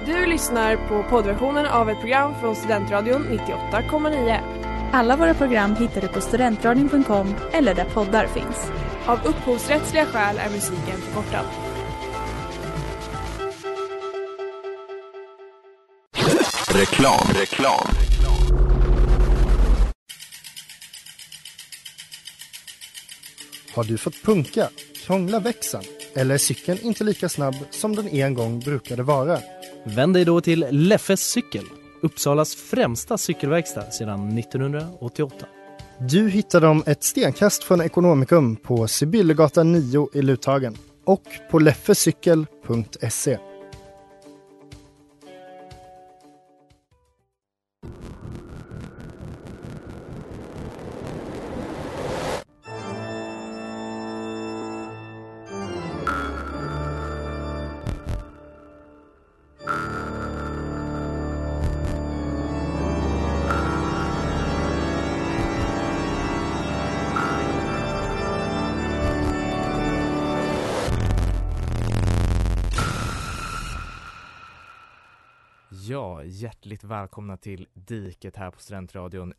Du lyssnar på poddversionen av ett program från Studentradion 98,9. Alla våra program hittar du på studentradion.com eller där poddar finns. Av upphovsrättsliga skäl är musiken förkortad. Reklam. Har du fått punka, krångla växeln eller är cykeln inte lika snabb som den en gång brukade vara? Vänd dig då till Leffes cykel, Uppsalas främsta cykelverkstad sedan 1988. Du hittar dem ett stenkast från Ekonomikum på Sibyllegatan 9 i Luthagen och på leffecykel.se. Ja, hjärtligt välkomna till Diket här på Studentradion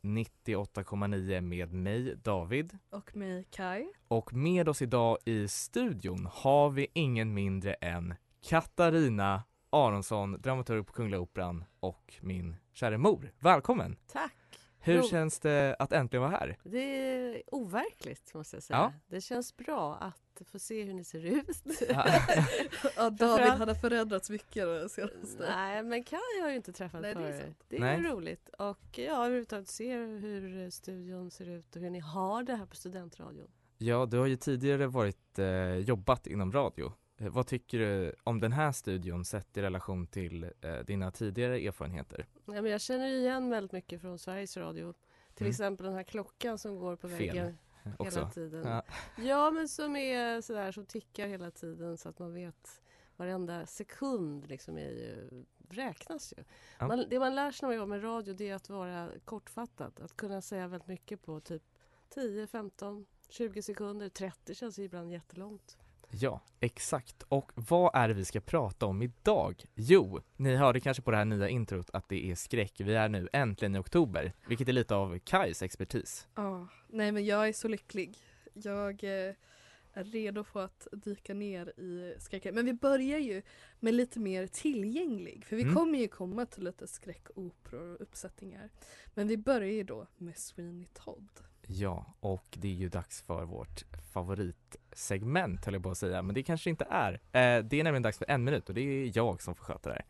98,9 med mig, David. Och mig, Kai. Och med oss idag i studion har vi ingen mindre än Katarina Aronsson, dramaturg på Kungliga Operan och min kära mor. Välkommen! Tack! Hur känns det att äntligen vara här? Det är overkligt, måste jag säga. Ja. Det känns bra att få se hur ni ser ut. Ja, David hade förändrats mycket då senaste. Nej, men Kai har ju inte träffat förut. Det är ju roligt. Och ja, överhuvudtaget se hur studion ser ut och hur ni har det här på Studentradion. Ja, du har ju tidigare varit jobbat inom radio. Vad tycker du om den här studion sett i relation till dina tidigare erfarenheter? Ja, men jag känner igen väldigt mycket från Sveriges Radio. Till exempel den här klockan som går på väggen hela tiden. Ja, men som är sådär, som tickar hela tiden så att man vet varenda sekund liksom räknas ju. Ja. Det man lär sig när man jobbar med radio, det är att vara kortfattat. Att kunna säga väldigt mycket på typ 10, 15, 20 sekunder. 30 känns ju ibland jättelångt. Ja, exakt. Och vad är det vi ska prata om idag? Jo, ni hörde kanske på det här nya introt att det är skräck. Vi är nu äntligen i oktober, vilket är lite av Kais expertis. Ja, nej men jag är så lycklig. Jag är redo för att dyka ner i skräcken. Men vi börjar ju med lite mer tillgänglig. För vi kommer ju komma till lite skräckoperor och uppsättningar. Men vi börjar ju då med Sweeney Todd. Ja, och det är ju dags för vårt favoritsegment, höll jag på att säga. Men det kanske inte är. Det är nämligen dags för 1 minut och det är jag som får sköta det här.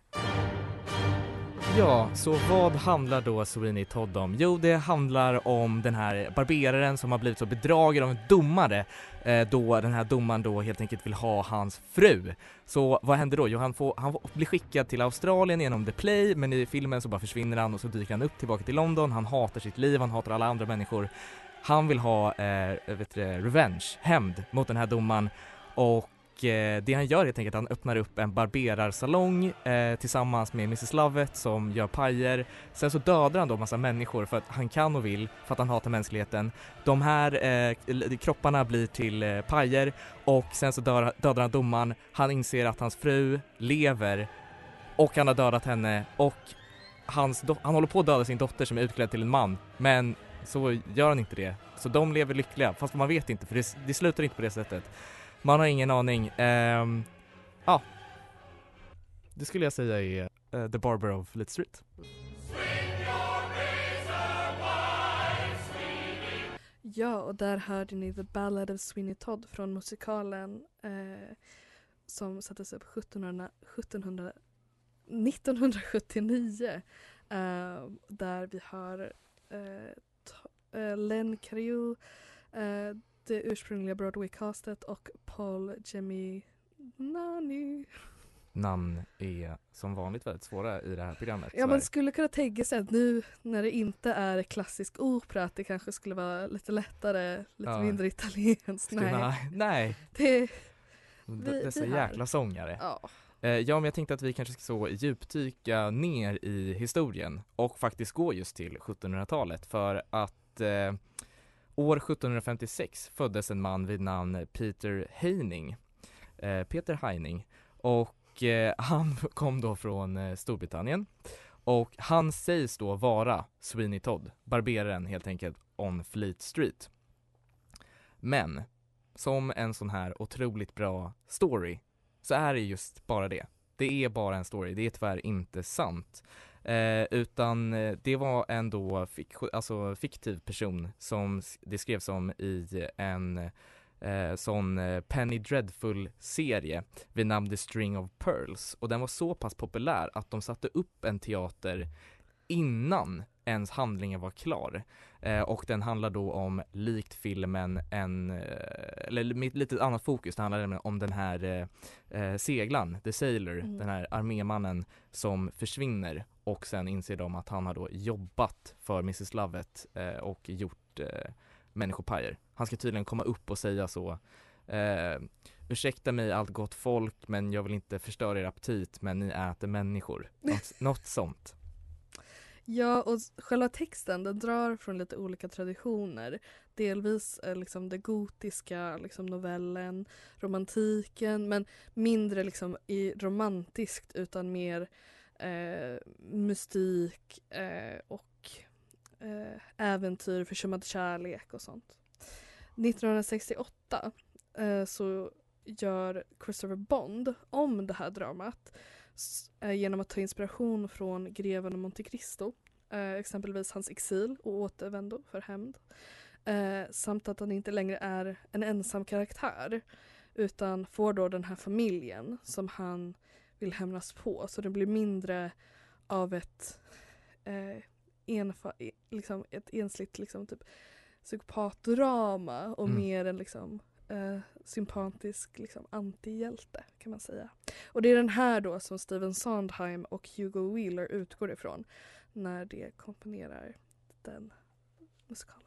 Ja, så vad handlar då Sweeney Todd om? Jo, det handlar om den här barberaren som har blivit så bedragen av en domare. Då den här domaren då helt enkelt vill ha hans fru. Så vad händer då? Jo, han blir skickad till Australien genom The Play, men i filmen så bara försvinner han och så dyker han upp tillbaka till London. Han hatar sitt liv, han hatar alla andra människor. Han vill ha revenge, hämnd mot den här domaren. Och det han gör helt enkelt att han öppnar upp en barberarsalong tillsammans med Mrs. Lovett som gör pajer. Sen så dödar han då en massa människor för att han kan och vill, för att han hatar mänskligheten. De här kropparna blir till pajer och sen så dödar han domaren. Han inser att hans fru lever och han har dödat henne och han håller på att döda sin dotter som är utklädd till en man, men så gör han inte det. Så de lever lyckliga, fast man vet inte, för det slutar inte på det sättet. Man har ingen aning. Det skulle jag säga är The Barber of Fleet Street. Ja, och där hörde ni The Ballad of Sweeney Todd från musikalen som sattes upp 1979. Där vi har Len Cariou, det ursprungliga Broadway-castet och Paul Giamatti. Namn är som vanligt väldigt svåra i det här programmet. Ja, man skulle kunna tänka sig att nu när det inte är klassisk opera att det kanske skulle vara lite lättare, lite mindre italienskt. Nej. Dessa jäkla sångare. Ja. Ja, men jag tänkte att vi kanske ska så djupdyka ner i historien och faktiskt gå just till 1700-talet för att år 1756 föddes en man vid namn Peter Heining. Och Och han kom då från Storbritannien. Och han sägs då vara Sweeney Todd, barberaren helt enkelt on Fleet Street. Men som en sån här otroligt bra story så är det just bara det. Det är bara en story, det är tyvärr inte sant. Utan det var en då fiktiv person som det skrevs om i en sån Penny Dreadful-serie vid namn The String of Pearls. Och den var så pass populär att de satte upp en teater innan ens handlingen var klar. Och den handlar då om, likt filmen, eller med lite annat fokus. Det handlar om den här seglaren, The Sailor, den här armémannen som försvinner och sen inser de att han har då jobbat för Mrs. Lovett och gjort människopajer. Han ska tydligen komma upp och säga så: ursäkta mig allt gott folk, men jag vill inte förstöra er aptit, men ni äter människor. Något sånt. Ja, och själva texten den drar från lite olika traditioner. Delvis liksom det gotiska, liksom novellen, romantiken, men mindre liksom i romantiskt utan mer mystik och äventyr, försummad kärlek och sånt. 1968 så gör Christopher Bond om det här dramat genom att ta inspiration från Greven av Monte Cristo, exempelvis hans exil och återvändo för hämnd, samt att han inte längre är en ensam karaktär utan får då den här familjen som han vill hämnas på, så det blir mindre av ett ensligt liksom typ psykopatdrama och mer en liksom sympatisk liksom antihjälte kan man säga. Och det är den här då som Stephen Sondheim och Hugo Wheeler utgår ifrån när de komponerar den musikalen.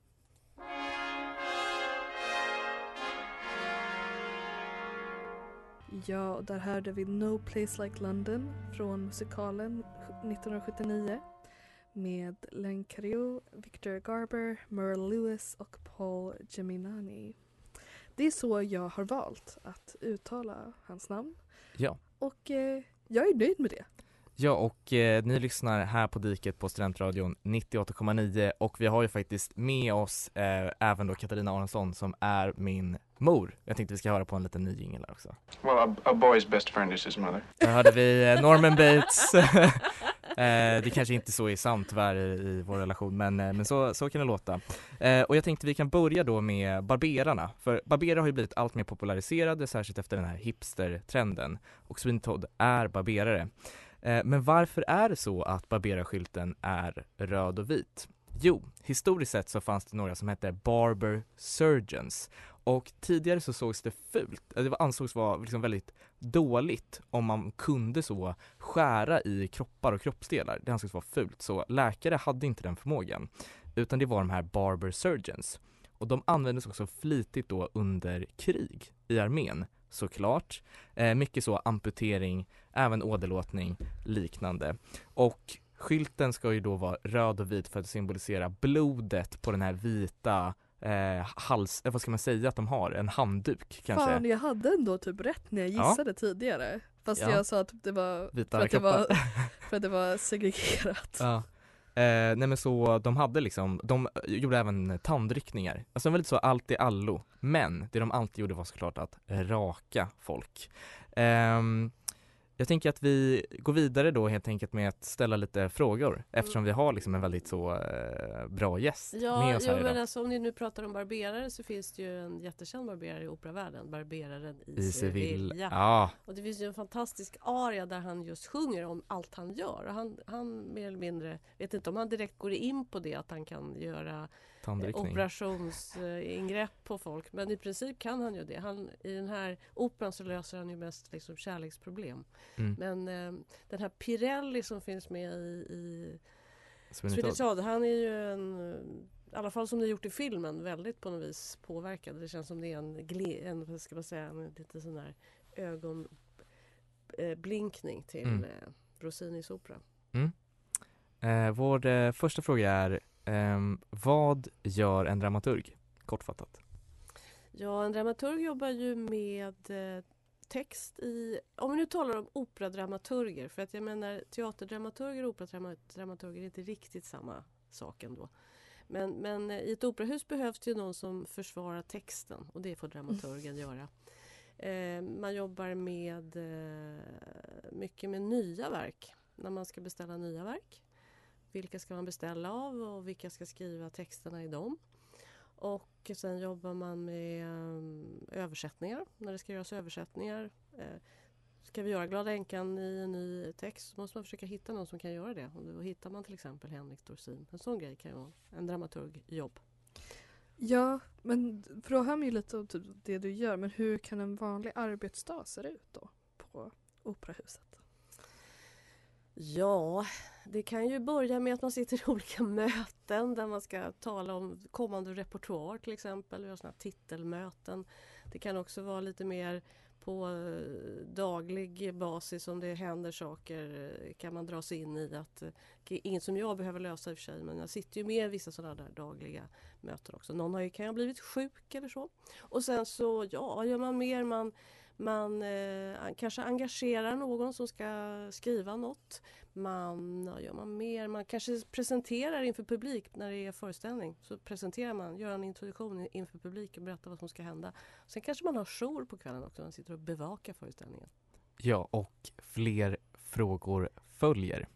Ja, och där hörde vi No Place Like London från musikalen 1979 med Len Cariou, Victor Garber, Merle Lewis och Paul Giannini. Det är så jag har valt att uttala hans namn. Ja. Och jag är nöjd med det. Ja, och ni lyssnar här på Diket på Studentradion 98,9 och vi har ju faktiskt med oss även då Katarina Aronsson som är min mor. Jag tänkte vi ska höra på en liten ny jingle också. Well, a boy's best friend is his mother. Där hörde vi Norman Bates. Det kanske inte så är sant tyvärr i vår relation, men så kan det låta. Och jag tänkte vi kan börja då med barberarna. För barberare har ju blivit allt mer populariserade, särskilt efter den här hipster-trenden. Och Sweeney Todd är barberare. Men varför är det så att barberarskylten är röd och vit? Jo, historiskt sett så fanns det några som hette barber surgeons. Och tidigare så sågs det fult. Det ansågs vara liksom väldigt dåligt om man kunde så skära i kroppar och kroppsdelar. Det ansågs vara fult. Så läkare hade inte den förmågan. Utan det var de här barber surgeons. Och de användes också flitigt då under krig i armén. Såklart. Mycket så amputering, även åderlåtning, liknande. Och skylten ska ju då vara röd och vit för att symbolisera blodet på den här vita vad ska man säga att de har? En handduk kanske? Fan, jag hade ändå typ rätt när jag gissade tidigare. Fast jag sa att det var för att det var segregerat. Ja. Nej men så de hade liksom, de gjorde även tandryckningar. Alltså de var lite så allt i allo. Men det de alltid gjorde var såklart att raka folk. Jag tänker att vi går vidare då helt enkelt med att ställa lite frågor. Eftersom vi har liksom en väldigt så bra gäst med oss här idag. Men alltså, om ni nu pratar om barberare så finns det ju en jättekänd barberare i operavärlden. Barberaren i Sevilla. Ja. Och det finns ju en fantastisk aria där han just sjunger om allt han gör. Och han mer eller mindre, vet inte om han direkt går in på det att han kan göra operationsingrepp på folk. Men i princip kan han ju det. I den här operan så löser han ju mest liksom kärleksproblem. Men den här Pirelli som finns med i Sweeney Todd, han är ju i alla fall som det är gjort i filmen, väldigt på något vis påverkad. Det känns som det är en ska man säga, en lite sån här ögonblinkning till Rossinis opera. Vår första fråga är vad gör en dramaturg? Kortfattat. Ja, en dramaturg jobbar ju med text i, om vi nu talar om operadramaturger, för att jag menar teaterdramaturger och operadramaturger är inte riktigt samma sak ändå. Men i ett operahus behövs det ju någon som försvarar texten, och det får dramaturgen göra. Man jobbar med mycket med nya verk, när man ska beställa nya verk. Vilka ska man beställa av och vilka ska skriva texterna i dem? Och sen jobbar man med översättningar. När det ska göras översättningar. Ska vi göra Glada änkan i en ny text så måste man försöka hitta någon som kan göra det. Och då hittar man till exempel Henrik Dorsin. En sån grej kan ju vara en dramaturgjobb. Ja, men för att höra mig lite om det du gör. Men hur kan en vanlig arbetsdag se ut då på operahuset? Ja, det kan ju börja med att man sitter i olika möten där man ska tala om kommande repertoar till exempel. Vi har sådana titelmöten. Det kan också vara lite mer på daglig basis, om det händer saker kan man dra sig in i att inget som jag behöver lösa i och för sig, men jag sitter ju med i vissa sådana där dagliga möten också. Någon kan ha blivit sjuk eller så. Och sen så gör man mer, man kanske engagerar någon som ska skriva något. Man kanske presenterar inför publik när det är föreställning. Så presenterar man, gör en introduktion inför publik och berättar vad som ska hända. Sen kanske man har jour på kvällen också, man sitter och bevakar föreställningen. Ja, och fler frågor följer.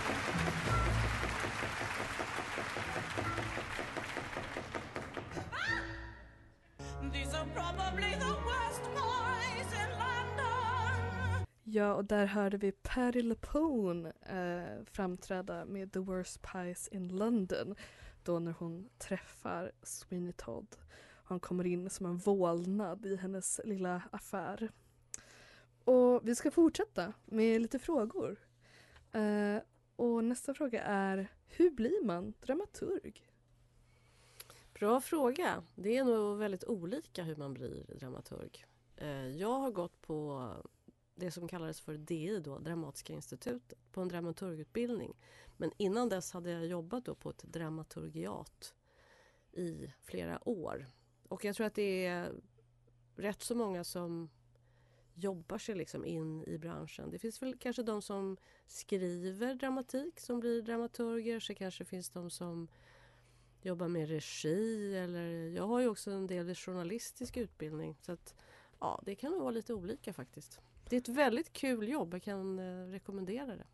Ja, och där hörde vi Patti LuPone framträda med The Worst Pies in London. Då när hon träffar Sweeney Todd. Han kommer in som en vålnad i hennes lilla affär. Och vi ska fortsätta med lite frågor. Och nästa fråga är, hur blir man dramaturg? Bra fråga. Det är nog väldigt olika hur man blir dramaturg. Jag har gått på det som kallades för DI då, Dramatiska institutet, på en dramaturgutbildning. Men innan dess hade jag jobbat då på ett dramaturgiat i flera år. Och jag tror att det är rätt så många som jobbar sig liksom in i branschen. Det finns väl kanske de som skriver dramatik som blir dramaturger, så kanske finns de som jobbar med regi, eller jag har ju också en del journalistisk utbildning, så att ja, det kan nog vara lite olika faktiskt. Det är ett väldigt kul jobb, jag kan rekommendera det.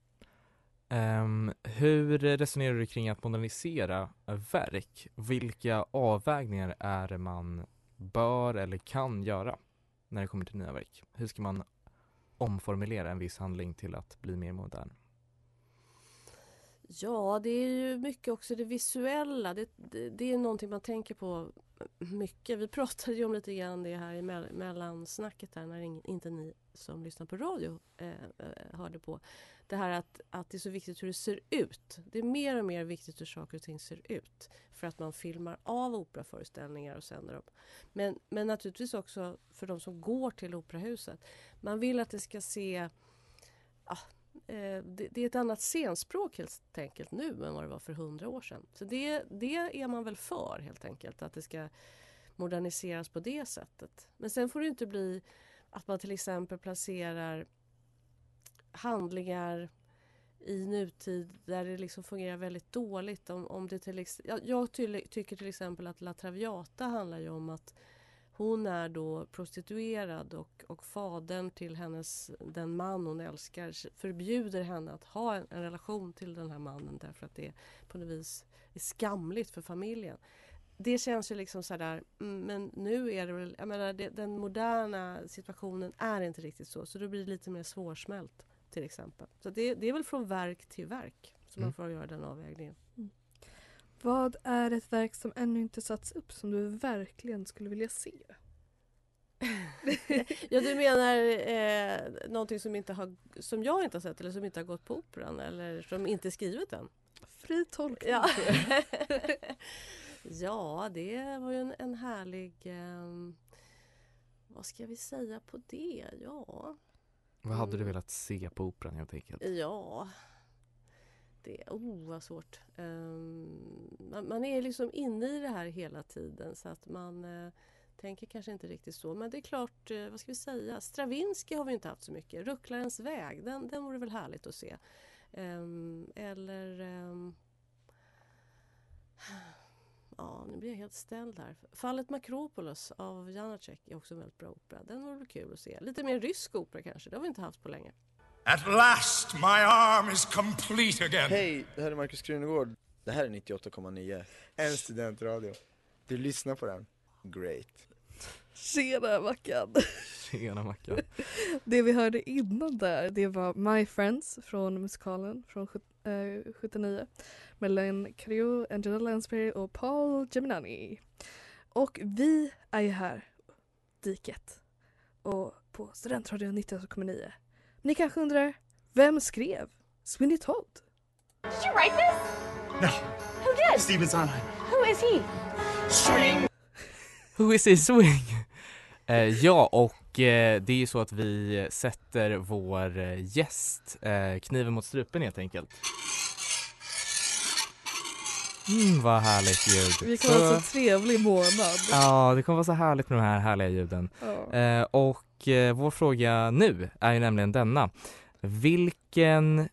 Hur resonerar du kring att modernisera verk? Vilka avvägningar är det man bör eller kan göra när det kommer till nya verk? Hur ska man omformulera en viss handling till att bli mer modern? Ja, det är ju mycket också det visuella. Det är någonting man tänker på mycket. Vi pratade ju om lite grann det här i mellansnacket där, när inte ni som lyssnar på radio hörde på. Det här att det är så viktigt hur det ser ut. Det är mer och mer viktigt hur saker och ting ser ut. För att man filmar av operaföreställningar och sänder dem. Men naturligtvis också för de som går till operahuset. Man vill att det ska se... Det är ett annat scenspråk helt enkelt nu än vad det var för 100 år sedan. Så det är man väl för helt enkelt, att det ska moderniseras på det sättet. Men sen får det inte bli att man till exempel placerar handlingar i nutid där det liksom fungerar väldigt dåligt. Om det jag tycker till exempel att La Traviata handlar ju om att hon är då prostituerad och fadern till den man hon älskar förbjuder henne att ha en relation till den här mannen därför att det på något vis är skamligt för familjen. Det känns ju liksom sådär, men nu är det väl, jag menar, den moderna situationen är inte riktigt så då blir det lite mer svårsmält till exempel. Så det är väl från verk till verk som man får göra den avvägningen. Mm. Vad är ett verk som ännu inte satts upp som du verkligen skulle vilja se? Ja, du menar någonting som jag inte har sett eller som inte har gått på operan eller som inte är skrivet än? Fri tolkning. Ja, ja, det var ju en härlig... vad ska vi säga på det? Ja. Vad hade du velat se på operan helt enkelt? Ja, det vad svårt. Man är liksom inne i det här hela tiden så att tänker kanske inte riktigt så. Men det är klart, vad ska vi säga? Stravinsky har vi inte haft så mycket. Rucklarens väg, den vore väl härligt att se. Ja, nu blir jag helt ställd här. Fallet Makropolis av Janacek är också en väldigt bra opera. Den vore väl kul att se. Lite mer rysk opera kanske, det har vi inte haft på länge. At last my arm is complete again. Hej, det här är Marcus Krunegård. Det här är 98,9. En studentradio. Du lyssnar på den. Great. Tjena Mackan. Tjena Mackan. Det vi hörde innan där, det var My Friends från musikalen från 79. Med Len Cariou, Angela Lansbury och Paul Geminani. Och vi är ju här, Diket. Och på Studentradion 98,9. Ni kanske undrar, vem skrev Sweeney Todd? Did you write this? No. Who did? Stephen Sondheim. Who is he? Swing! Who is he swing? Ja, och det är ju så att vi sätter vår gäst kniven mot strupen helt enkelt. Vad härligt ljud. Vi kommer vara så trevlig månad. Ja, det kommer vara så härligt med de här härliga ljuden. Ja. Och vår fråga nu är ju nämligen denna. Vilken,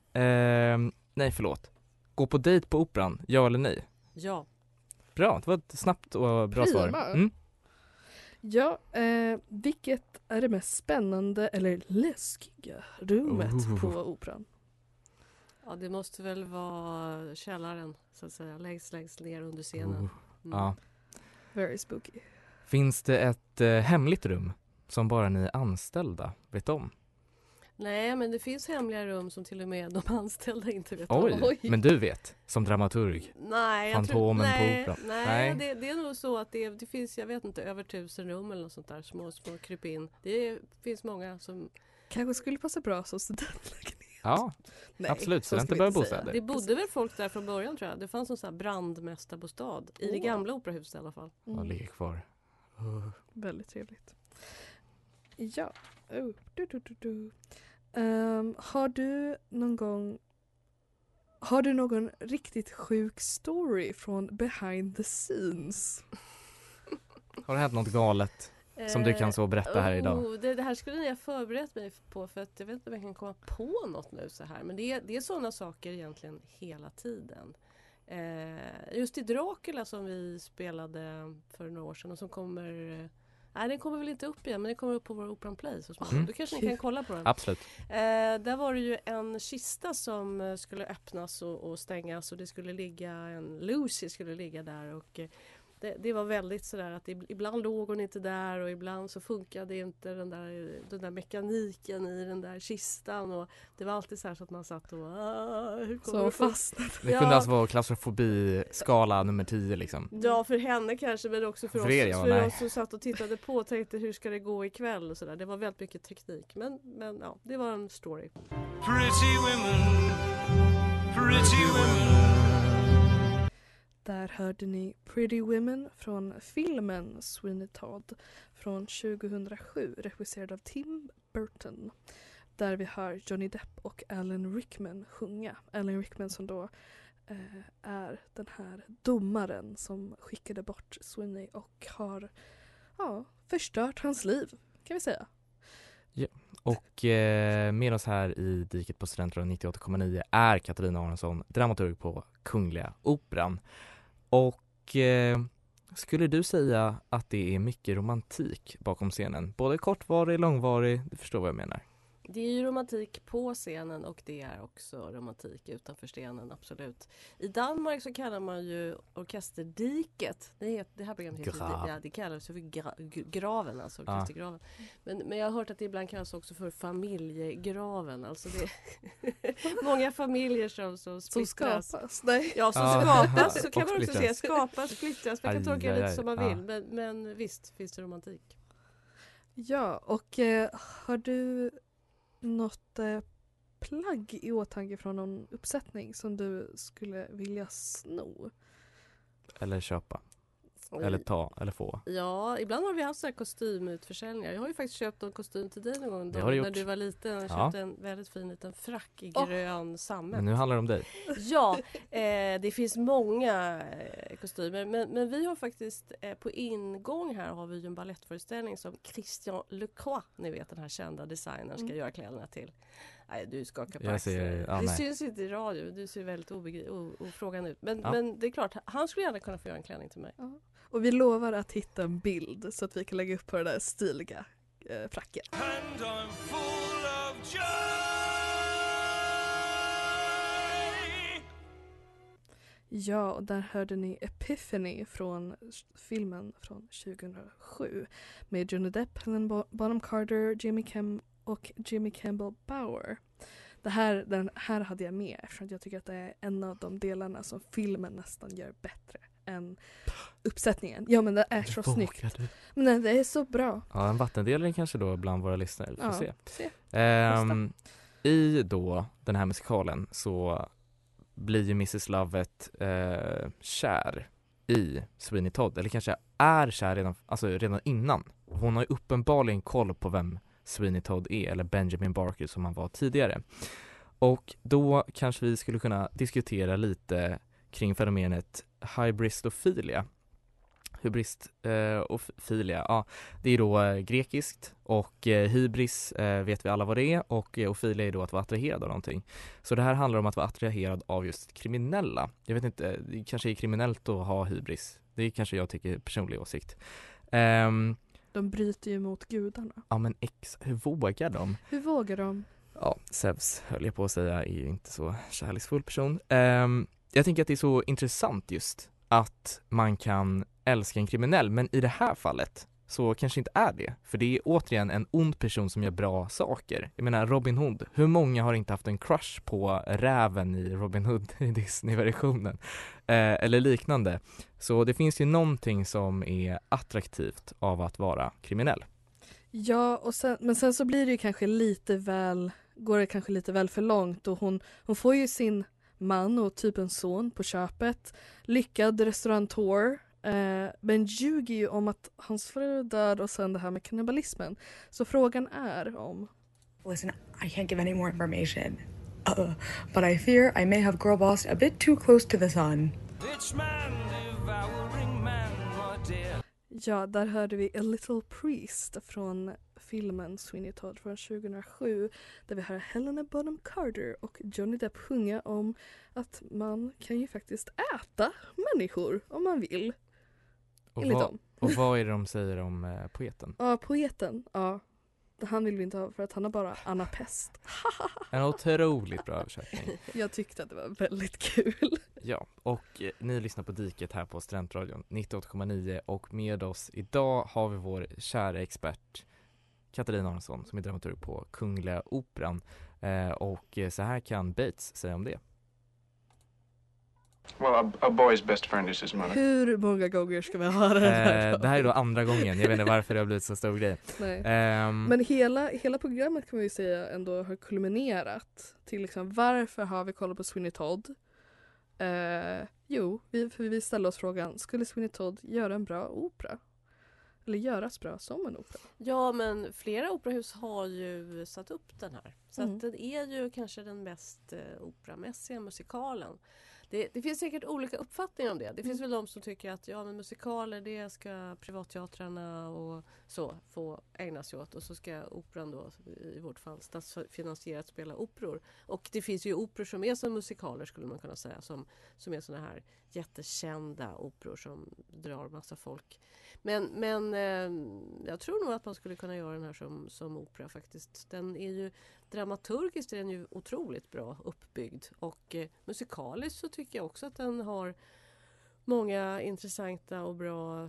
gå på dejt på operan, ja eller nej? Ja. Bra, det var ett snabbt och bra svar. Ja, vilket är det mest spännande eller läskiga rummet på operan? Ja, det måste väl vara källaren, så att säga. Längst ner under scenen. Ja. Very spooky. Finns det ett hemligt rum som bara ni anställda vet om? Nej, men det finns hemliga rum som till och med de anställda inte vet Oj, om. men du vet, som dramaturg? Nej, Fantomen på operan? Nej. Det är nog så att det finns, jag vet inte, över 1000 rum eller något sånt där, små krypin. Det finns många som... Kanske skulle passa bra som studentlägenhet. Ja, nej, absolut. Studenter behöver bostäder. Det bodde väl folk där från början, tror jag. Det fanns en sån här brandmästarbostad i det gamla operahuset i alla fall. Ja, ligger kvar. Väldigt trevligt. Ja. Har du någon riktigt sjuk story från behind the scenes? Har det hänt något galet som du kan så berätta här idag? Det här skulle jag förberett mig på, för att jag vet inte om jag kan komma på något nu så här. Men det är sådana saker egentligen hela tiden. Just i Dracula som vi spelade för några år sedan och som kommer... Nej, den kommer väl inte upp igen, men den kommer upp på vår Operan Play så småningom. Då kanske ni kan kolla på den. Absolut. Där var det ju en kista som skulle öppnas och stängas och det skulle ligga Lucy skulle ligga där och det var väldigt sådär att ibland låg hon inte där och ibland så funkade inte den där mekaniken i den där kistan och det var alltid så här så att man satt och så fastnade. Det kunde alltså vara klaustrofobi skala nummer 10 liksom. Ja, för henne kanske, men också för oss som satt och tittade på och tänkte hur ska det gå ikväll och sådär. Det var väldigt mycket teknik, men ja, det var en story. Pretty women, pretty women. Där hörde ni Pretty Women från filmen Sweeney Todd från 2007, regisserad av Tim Burton. Där vi hör Johnny Depp och Alan Rickman sjunga. Alan Rickman som då är den här domaren som skickade bort Sweeney och har förstört hans liv, kan vi säga. Ja. Och med oss här i Diket på Studentradion 98,9 är Katarina Aronsson, dramaturg på Kungliga Operan. Och skulle du säga att det är mycket romantik bakom scenen? Både kortvarig, långvarig, du förstår vad jag menar. Det är ju romantik på scenen och det är också romantik utanför scenen, absolut. I Danmark så kallar man ju orkesterdiket. Det här programmet heter det kallas för graven, alltså orkestergraven. Men jag har hört att det ibland kallas också för familjegraven. Alltså det är många familjer som splittras. Som skapas. Nej. Ja, som skapas. Så kan man också säga skapas, splittras. Man kan tolka det lite som man vill. Men visst finns det romantik. Ja, och har du något plagg i åtanke från någon uppsättning som du skulle vilja sno? Eller köpa. Eller få? Ja, ibland har vi haft så här kostymutförsäljningar. Jag har ju faktiskt köpt en kostym till dig någon gång när du var liten. Jag köpte en väldigt fin liten frack i grön sammet. Men nu handlar det om dig. Ja, det finns många kostymer. Men vi har faktiskt på ingång här har vi ju en ballettföreställning som Christian Lacroix, ni vet den här kända designern, ska göra kläderna till. Nej, du skakar på axeln. Det syns inte i radio. Du ser väldigt ofrågande ut. Men det är klart, han skulle gärna kunna få göra en klänning till mig. Ja. Och vi lovar att hitta en bild så att vi kan lägga upp på den där stiliga fracken. And I'm full of joy. Ja, och där hörde ni Epiphany från filmen från 2007 med Johnny Depp, Helena Bonham Carter, Jimmy Campbell Bower. Den här hade jag med eftersom jag tycker att det är en av de delarna som filmen nästan gör bättre än uppsättningen. Ja, men det är så snyggt. Men det är så bra. Ja, en vattendelning kanske då bland våra lyssnare. Ja, se. I då den här musikalen så blir ju Mrs. Lovett kär i Sweeney Todd. Eller kanske är kär redan innan. Hon har ju uppenbarligen koll på vem Sweeney Todd är, eller Benjamin Barker som han var tidigare. Och då kanske vi skulle kunna diskutera lite kring fenomenet hybristofilia. Hybristofilia, ja, det är då grekiskt och hybris vet vi alla vad det är och ofilia är då att vara attraherad av någonting. Så det här handlar om att vara attraherad av just kriminella. Jag vet inte, det kanske är kriminellt att ha hybris. Det är kanske jag tycker personlig åsikt. De bryter ju mot gudarna. Ja, men hur vågar de? Hur vågar de? Ja, Zeus höll jag på att säga är ju inte så kärleksfull person. Jag tänker att det är så intressant just att man kan älska en kriminell, men i det här fallet så kanske inte är det. För det är återigen en ond person som gör bra saker. Jag menar Robin Hood, hur många har inte haft en crush på räven i Robin Hood i Disney-versionen? Eller liknande. Så det finns ju någonting som är attraktivt av att vara kriminell. Ja, men sen så blir det ju kanske går det kanske lite väl för långt och hon får ju sin man och typ en son på köpet, lyckad restaurantör, men ljuger ju om att hans fru är död och sen det här med kannibalismen. Så frågan är om... Listen, I can't give any more information. But I fear I may have girlbossed a bit too close to the sun. Ja, där hörde vi A Little Priest från filmen Sweeney Todd från 2007 där vi hör Helena Bonham Carter och Johnny Depp sjunga om att man kan ju faktiskt äta människor om man vill. Och vad är det de säger om poeten? Ja, poeten. Ja. Han vill vi inte ha för att han har bara anapest. En otroligt bra översättning. Jag tyckte att det var väldigt kul. Ja, och ni lyssnar på Diket här på Studentradion 98,9 och med oss idag har vi vår kära expert Katarina Aronsson som är dramaturg på Kungliga Operan. Och så här kan Bates säga om det. Well, a boy's best friend is his mother. Hur många gånger ska vi höra det här? Det här är då andra gången. Jag vet inte varför det har blivit så stor grej. Men hela programmet kan man ju säga ändå har kulminerat till liksom, varför har vi kollat på Sweeney Todd? Vi ställer oss frågan, skulle Sweeney Todd göra en bra opera? Eller göras bra som en opera? Ja, men flera operahus har ju satt upp den här. Så att den är ju kanske den mest operamässiga musikalen. Det finns säkert olika uppfattningar om det. Det finns väl de som tycker att men musikaler, det ska privatteatrarna och så få ägna sig åt. Och så ska operan då, i vårt fall statsfinansierat, spela operor. Och det finns ju operor som är som musikaler skulle man kunna säga. Som är såna här jättekända operor som drar massa folk. Men jag tror nog att man skulle kunna göra den här som opera faktiskt. Den är ju dramaturgiskt är den ju otroligt bra uppbyggd och musikaliskt så tycker jag också att den har många intressanta och bra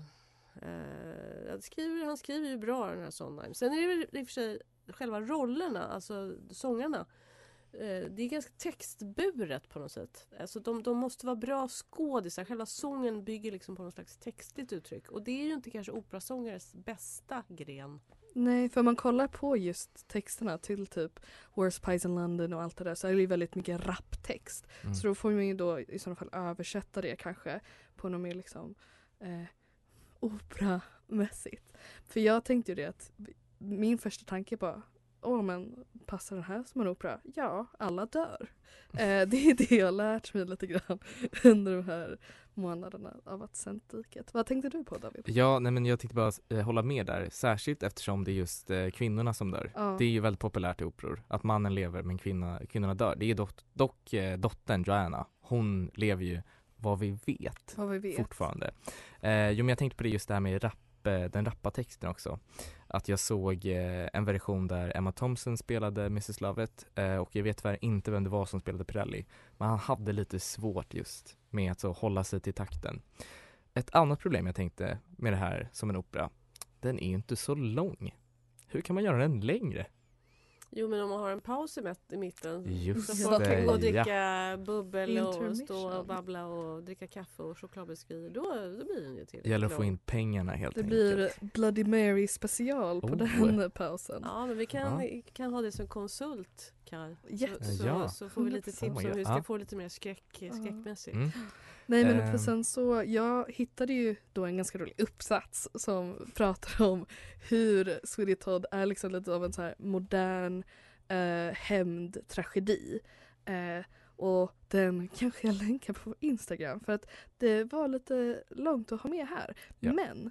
han skriver ju bra den här Sondheim. Sen är det i och för sig själva rollerna, alltså sångarna. Det är ganska textburet på något sätt. Alltså de måste vara bra skådisar. Själva sången bygger liksom på något slags textligt uttryck. Och det är ju inte kanske operasångares bästa gren. Nej, för man kollar på just texterna till typ Worst Pies in London och allt det där så är det ju väldigt mycket raptext. Så då får man ju då i sådana fall översätta det kanske på något mer liksom operamässigt. För jag tänkte ju det att min första tanke var men passar den här som en opera? Ja, alla dör. Det är det jag har lärt mig lite grann under de här månaderna av att sända diket. Vad tänkte du på, David? Ja, nej, men jag tänkte bara hålla med där. Särskilt eftersom det är just kvinnorna som dör. Ja. Det är ju väldigt populärt i operor. Att mannen lever men kvinnorna dör. Det är dock dottern Joanna. Hon lever ju vad vi vet. Fortfarande. Men jag tänkte på det just det här med den rappa texten också. Att jag såg en version där Emma Thompson spelade Mrs. Lovett och jag vet tyvärr inte vem det var som spelade Pirelli. Men han hade lite svårt just med att så hålla sig till takten. Ett annat problem jag tänkte med det här som en opera, den är ju inte så lång. Hur kan man göra den längre? Jo, men om man har en paus i mitten just så folk kan gå och dricka bubbel och stå och babbla och dricka kaffe och chokladbiskvi, då blir den ju till. Det gäller att få in pengarna helt enkelt. Det blir Bloody Mary special på den pausen. Ja, men vi kan ha det som konsult, Kaj. Så får vi lite tips om hur vi ska få lite mer skräckmässigt. Nej, men för sen så, jag hittade ju då en ganska rolig uppsats som pratar om hur Sweeney Todd är liksom lite av en så här modern hämndtragedi. Och den kanske jag länkar på Instagram för att det var lite långt att ha med här. Ja. Men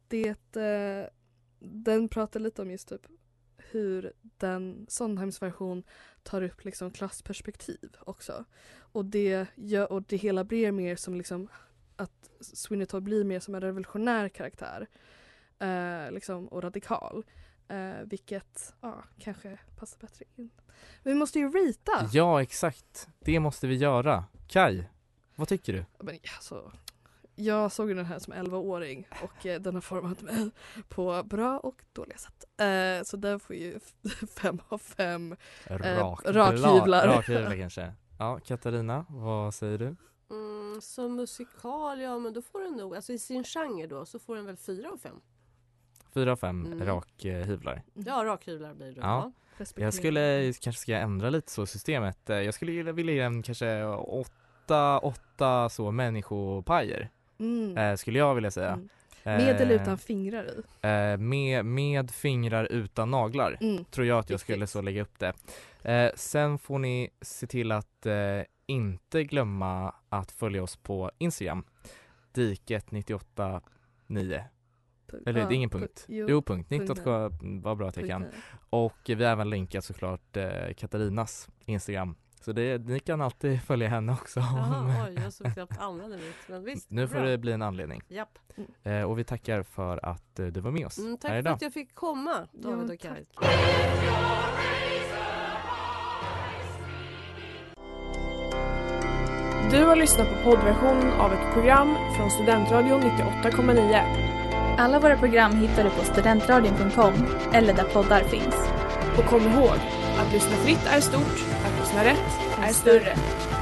den pratar lite om just typ hur den Sondheims version tar upp liksom klassperspektiv också. Och det hela blir mer som liksom att Sweeney Todd blir mer som en revolutionär karaktär liksom, och radikal. Vilket kanske passar bättre in. Men vi måste ju rita. Ja, exakt. Det måste vi göra. Kaj, vad tycker du? Men, alltså, jag såg den här som 11-åring och den har format mig på bra och dåliga sätt. Så där får ju 5 av 5 rakhyvlar. Rakhyvlar kanske. Ja, Katarina, vad säger du? Som musikal, ja, men då får den nog, alltså i sin genre då, så får den väl 4 av 5. 4 av 5 rakhyvlar. Ja, rakhyvlar blir det. Ja. Jag kanske ska ändra lite så systemet. Jag skulle vilja ge en kanske 8 så människopajer. Skulle jag vilja säga. Med eller utan fingrar i? Med fingrar utan naglar. Tror jag att jag skulle så lägga upp det. Sen får ni se till att inte glömma att följa oss på Instagram. Diket 98.9. Eller det är ingen punkt. Jo, punkt. 98 var bra tecken. Och vi har även länkat såklart Katarinas Instagram. Så ni kan alltid följa henne också. Jaha, jag såg knappt använda det. Men visst, nu får det bli en anledning. Japp. Och vi tackar för att du var med oss. Tack för att jag fick komma, David och Kaj. Du har lyssnat på poddversion av ett program från Studentradion 98,9. Alla våra program hittar du på studentradion.com eller där poddar finns. Och kom ihåg, att lyssna fritt är stort, att lyssna rätt är större.